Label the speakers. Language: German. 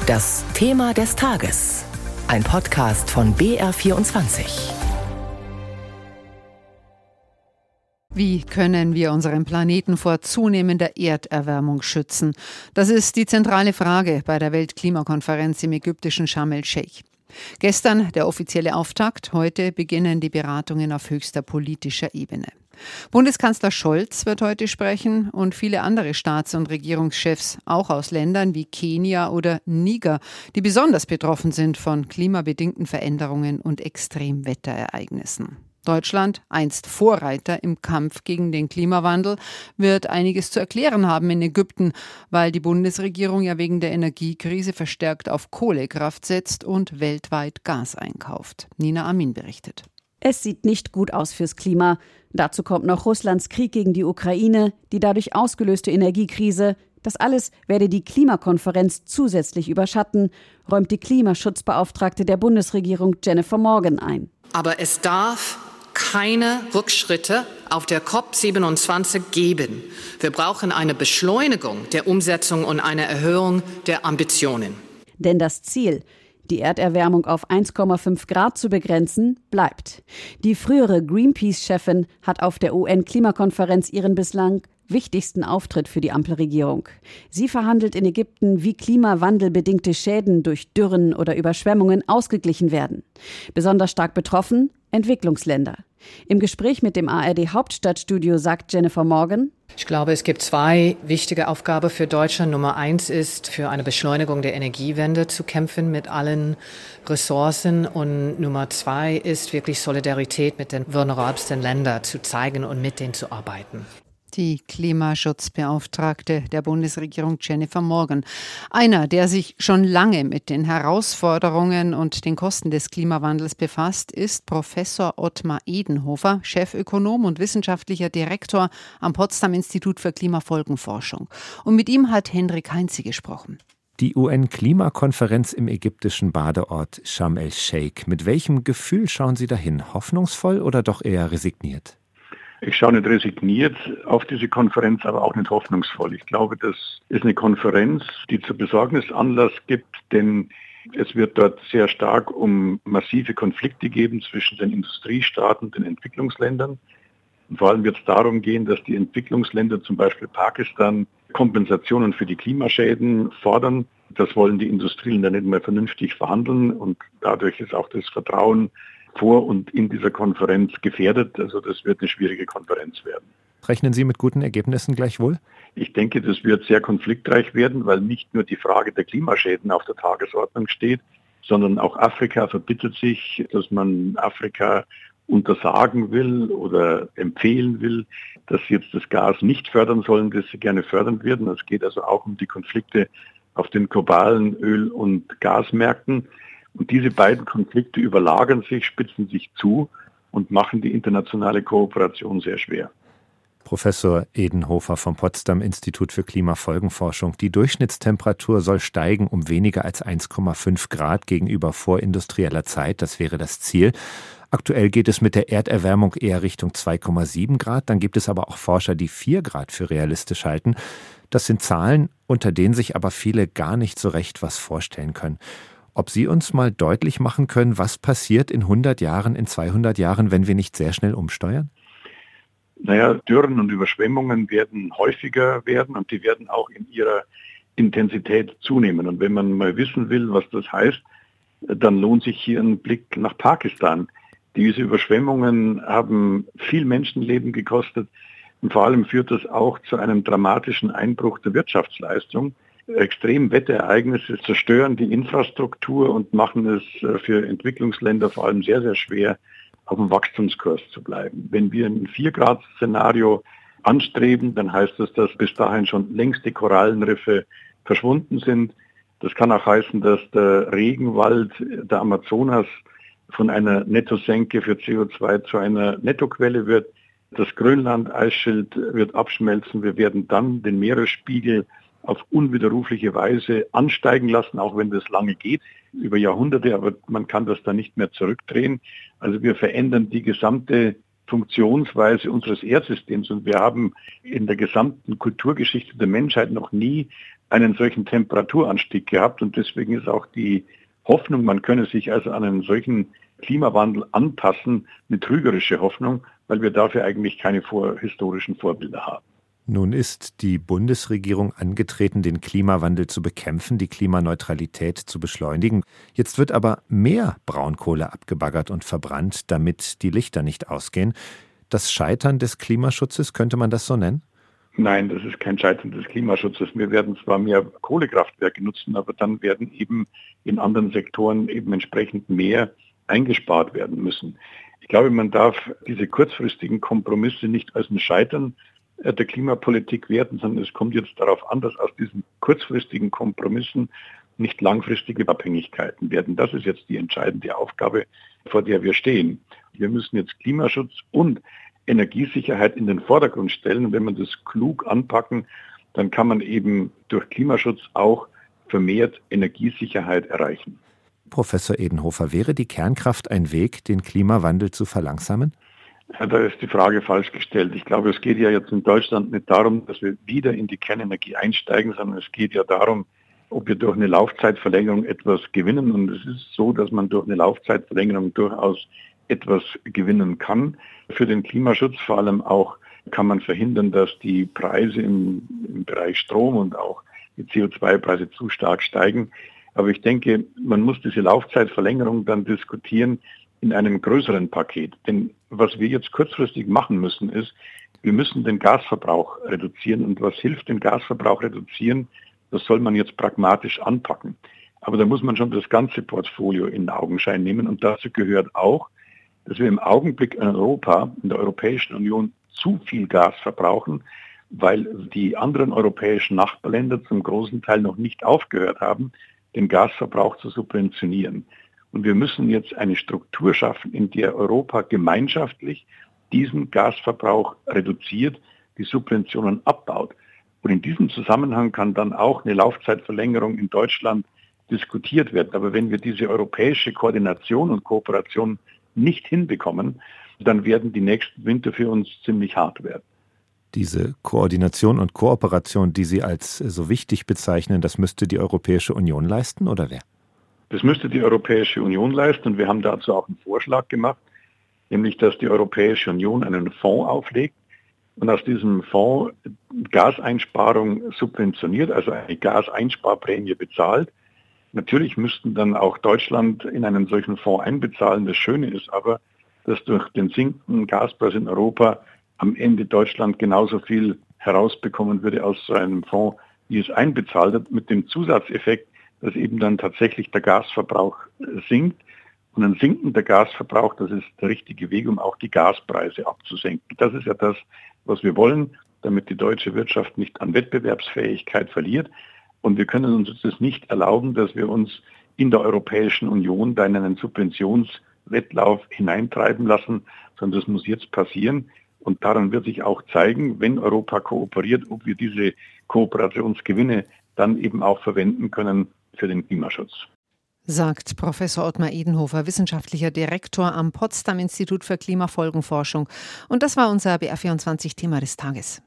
Speaker 1: Das Thema des Tages. Ein Podcast von BR24.
Speaker 2: Wie können wir unseren Planeten vor zunehmender Erderwärmung schützen? Das ist die zentrale Frage bei der Weltklimakonferenz im ägyptischen Sharm el-Sheikh. Gestern der offizielle Auftakt, heute beginnen die Beratungen auf höchster politischer Ebene. Bundeskanzler Scholz wird heute sprechen und viele andere Staats- und Regierungschefs, auch aus Ländern wie Kenia oder Niger, die besonders betroffen sind von klimabedingten Veränderungen und Extremwetterereignissen. Deutschland, einst Vorreiter im Kampf gegen den Klimawandel, wird einiges zu erklären haben in Ägypten, weil die Bundesregierung ja wegen der Energiekrise verstärkt auf Kohlekraft setzt und weltweit Gas einkauft. Nina Amin berichtet.
Speaker 3: Es sieht nicht gut aus fürs Klima. Dazu kommt noch Russlands Krieg gegen die Ukraine, die dadurch ausgelöste Energiekrise. Das alles werde die Klimakonferenz zusätzlich überschatten, räumt die Klimaschutzbeauftragte der Bundesregierung Jennifer Morgan ein.
Speaker 4: Aber es darf keine Rückschritte auf der COP27 geben. Wir brauchen eine Beschleunigung der Umsetzung und eine Erhöhung der Ambitionen.
Speaker 3: Denn das Ziel, die Erderwärmung auf 1,5 Grad zu begrenzen, bleibt. Die frühere Greenpeace-Chefin hat auf der UN-Klimakonferenz ihren bislang wichtigsten Auftritt für die Ampelregierung. Sie verhandelt in Ägypten, wie klimawandelbedingte Schäden durch Dürren oder Überschwemmungen ausgeglichen werden. Besonders stark betroffen Entwicklungsländer. Im Gespräch mit dem ARD-Hauptstadtstudio sagt Jennifer Morgan:
Speaker 4: Ich glaube, es gibt zwei wichtige Aufgaben für Deutschland. Nummer 1 ist, für eine Beschleunigung der Energiewende zu kämpfen mit allen Ressourcen. Und Nummer 2 ist, wirklich Solidarität mit den vulnerabelsten Ländern zu zeigen und mit denen zu arbeiten.
Speaker 2: Die Klimaschutzbeauftragte der Bundesregierung Jennifer Morgan. Einer, der sich schon lange mit den Herausforderungen und den Kosten des Klimawandels befasst, ist Professor Ottmar Edenhofer, Chefökonom und wissenschaftlicher Direktor am Potsdam Institut für Klimafolgenforschung. Und mit ihm hat Hendrik Heinze gesprochen.
Speaker 5: Die UN-Klimakonferenz im ägyptischen Badeort Sharm el-Sheikh. Mit welchem Gefühl schauen Sie dahin? Hoffnungsvoll oder doch eher resigniert?
Speaker 6: Ich schaue nicht resigniert auf diese Konferenz, aber auch nicht hoffnungsvoll. Ich glaube, das ist eine Konferenz, die zur Besorgnis Anlass gibt, denn es wird dort sehr stark um massive Konflikte geben zwischen den Industriestaaten und den Entwicklungsländern. Und vor allem wird es darum gehen, dass die Entwicklungsländer, zum Beispiel Pakistan, Kompensationen für die Klimaschäden fordern. Das wollen die Industrieländer nicht mehr vernünftig verhandeln und dadurch ist auch das Vertrauen vor und in dieser Konferenz gefährdet. Also das wird eine schwierige Konferenz werden.
Speaker 5: Rechnen Sie mit guten Ergebnissen gleichwohl?
Speaker 6: Ich denke, das wird sehr konfliktreich werden, weil nicht nur die Frage der Klimaschäden auf der Tagesordnung steht, sondern auch Afrika verbittet sich, dass man Afrika untersagen will oder empfehlen will, dass sie jetzt das Gas nicht fördern sollen, das sie gerne fördern würden. Es geht also auch um die Konflikte auf den globalen Öl- und Gasmärkten. Und diese beiden Konflikte überlagern sich, spitzen sich zu und machen die internationale Kooperation sehr schwer.
Speaker 5: Professor Edenhofer vom Potsdam Institut für Klimafolgenforschung. Die Durchschnittstemperatur soll steigen um weniger als 1,5 Grad gegenüber vorindustrieller Zeit. Das wäre das Ziel. Aktuell geht es mit der Erderwärmung eher Richtung 2,7 Grad. Dann gibt es aber auch Forscher, die 4 Grad für realistisch halten. Das sind Zahlen, unter denen sich aber viele gar nicht so recht was vorstellen können. Ob Sie uns mal deutlich machen können, was passiert in 100 Jahren, in 200 Jahren, wenn wir nicht sehr schnell umsteuern?
Speaker 6: Naja, Dürren und Überschwemmungen werden häufiger werden und die werden auch in ihrer Intensität zunehmen. Und wenn man mal wissen will, was das heißt, dann lohnt sich hier ein Blick nach Pakistan. Diese Überschwemmungen haben viel Menschenleben gekostet und vor allem führt das auch zu einem dramatischen Einbruch der Wirtschaftsleistung. Extremwetterereignisse zerstören die Infrastruktur und machen es für Entwicklungsländer vor allem sehr, sehr schwer, auf dem Wachstumskurs zu bleiben. Wenn wir ein 4-Grad-Szenario anstreben, dann heißt das, dass bis dahin schon längst die Korallenriffe verschwunden sind. Das kann auch heißen, dass der Regenwald der Amazonas von einer Nettosenke für CO2 zu einer Nettoquelle wird. Das Grönland-Eisschild wird abschmelzen. Wir werden dann den Meeresspiegel auf unwiderrufliche Weise ansteigen lassen, auch wenn das lange geht, über Jahrhunderte, aber man kann das dann nicht mehr zurückdrehen. Also wir verändern die gesamte Funktionsweise unseres Erdsystems und wir haben in der gesamten Kulturgeschichte der Menschheit noch nie einen solchen Temperaturanstieg gehabt und deswegen ist auch die Hoffnung, man könne sich also an einen solchen Klimawandel anpassen, eine trügerische Hoffnung, weil wir dafür eigentlich keine historischen Vorbilder haben.
Speaker 5: Nun ist die Bundesregierung angetreten, den Klimawandel zu bekämpfen, die Klimaneutralität zu beschleunigen. Jetzt wird aber mehr Braunkohle abgebaggert und verbrannt, damit die Lichter nicht ausgehen. Das Scheitern des Klimaschutzes, könnte man das so nennen?
Speaker 6: Nein, das ist kein Scheitern des Klimaschutzes. Wir werden zwar mehr Kohlekraftwerke nutzen, aber dann werden eben in anderen Sektoren eben entsprechend mehr eingespart werden müssen. Ich glaube, man darf diese kurzfristigen Kompromisse nicht als ein Scheitern der Klimapolitik werten, sondern es kommt jetzt darauf an, dass aus diesen kurzfristigen Kompromissen nicht langfristige Abhängigkeiten werden. Das ist jetzt die entscheidende Aufgabe, vor der wir stehen. Wir müssen jetzt Klimaschutz und Energiesicherheit in den Vordergrund stellen. Und wenn man das klug anpacken, dann kann man eben durch Klimaschutz auch vermehrt Energiesicherheit erreichen.
Speaker 5: Professor Edenhofer, wäre die Kernkraft ein Weg, den Klimawandel zu verlangsamen?
Speaker 6: Ja, da ist die Frage falsch gestellt. Ich glaube, es geht ja jetzt in Deutschland nicht darum, dass wir wieder in die Kernenergie einsteigen, sondern es geht ja darum, ob wir durch eine Laufzeitverlängerung etwas gewinnen. Und es ist so, dass man durch eine Laufzeitverlängerung durchaus etwas gewinnen kann. Für den Klimaschutz vor allem auch kann man verhindern, dass die Preise im Bereich Strom und auch die CO2-Preise zu stark steigen. Aber ich denke, man muss diese Laufzeitverlängerung dann diskutieren in einem größeren Paket. Denn was wir jetzt kurzfristig machen müssen, ist, wir müssen den Gasverbrauch reduzieren. Und was hilft, den Gasverbrauch reduzieren? Das soll man jetzt pragmatisch anpacken. Aber da muss man schon das ganze Portfolio in Augenschein nehmen. Und dazu gehört auch, dass wir im Augenblick in Europa, in der Europäischen Union, zu viel Gas verbrauchen, weil die anderen europäischen Nachbarländer zum großen Teil noch nicht aufgehört haben, den Gasverbrauch zu subventionieren. Und wir müssen jetzt eine Struktur schaffen, in der Europa gemeinschaftlich diesen Gasverbrauch reduziert, die Subventionen abbaut. Und in diesem Zusammenhang kann dann auch eine Laufzeitverlängerung in Deutschland diskutiert werden. Aber wenn wir diese europäische Koordination und Kooperation nicht hinbekommen, dann werden die nächsten Winter für uns ziemlich hart werden.
Speaker 5: Diese Koordination und Kooperation, die Sie als so wichtig bezeichnen, das müsste die Europäische Union leisten, oder wer?
Speaker 6: Das müsste die Europäische Union leisten und wir haben dazu auch einen Vorschlag gemacht, nämlich dass die Europäische Union einen Fonds auflegt und aus diesem Fonds Gaseinsparung subventioniert, also eine Gaseinsparprämie bezahlt. Natürlich müssten dann auch Deutschland in einen solchen Fonds einbezahlen. Das Schöne ist aber, dass durch den sinkenden Gaspreis in Europa am Ende Deutschland genauso viel herausbekommen würde aus so einem Fonds, wie es einbezahlt hat, mit dem Zusatzeffekt, dass eben dann tatsächlich der Gasverbrauch sinkt. Und ein sinkender Gasverbrauch, das ist der richtige Weg, um auch die Gaspreise abzusenken. Das ist ja das, was wir wollen, damit die deutsche Wirtschaft nicht an Wettbewerbsfähigkeit verliert. Und wir können uns das nicht erlauben, dass wir uns in der Europäischen Union da in einen Subventionswettlauf hineintreiben lassen, sondern das muss jetzt passieren. Und daran wird sich auch zeigen, wenn Europa kooperiert, ob wir diese Kooperationsgewinne dann eben auch verwenden können für den Klimaschutz.
Speaker 2: Sagt Professor Ottmar Edenhofer, wissenschaftlicher Direktor am Potsdam Institut für Klimafolgenforschung. Und das war unser BR24-Thema des Tages.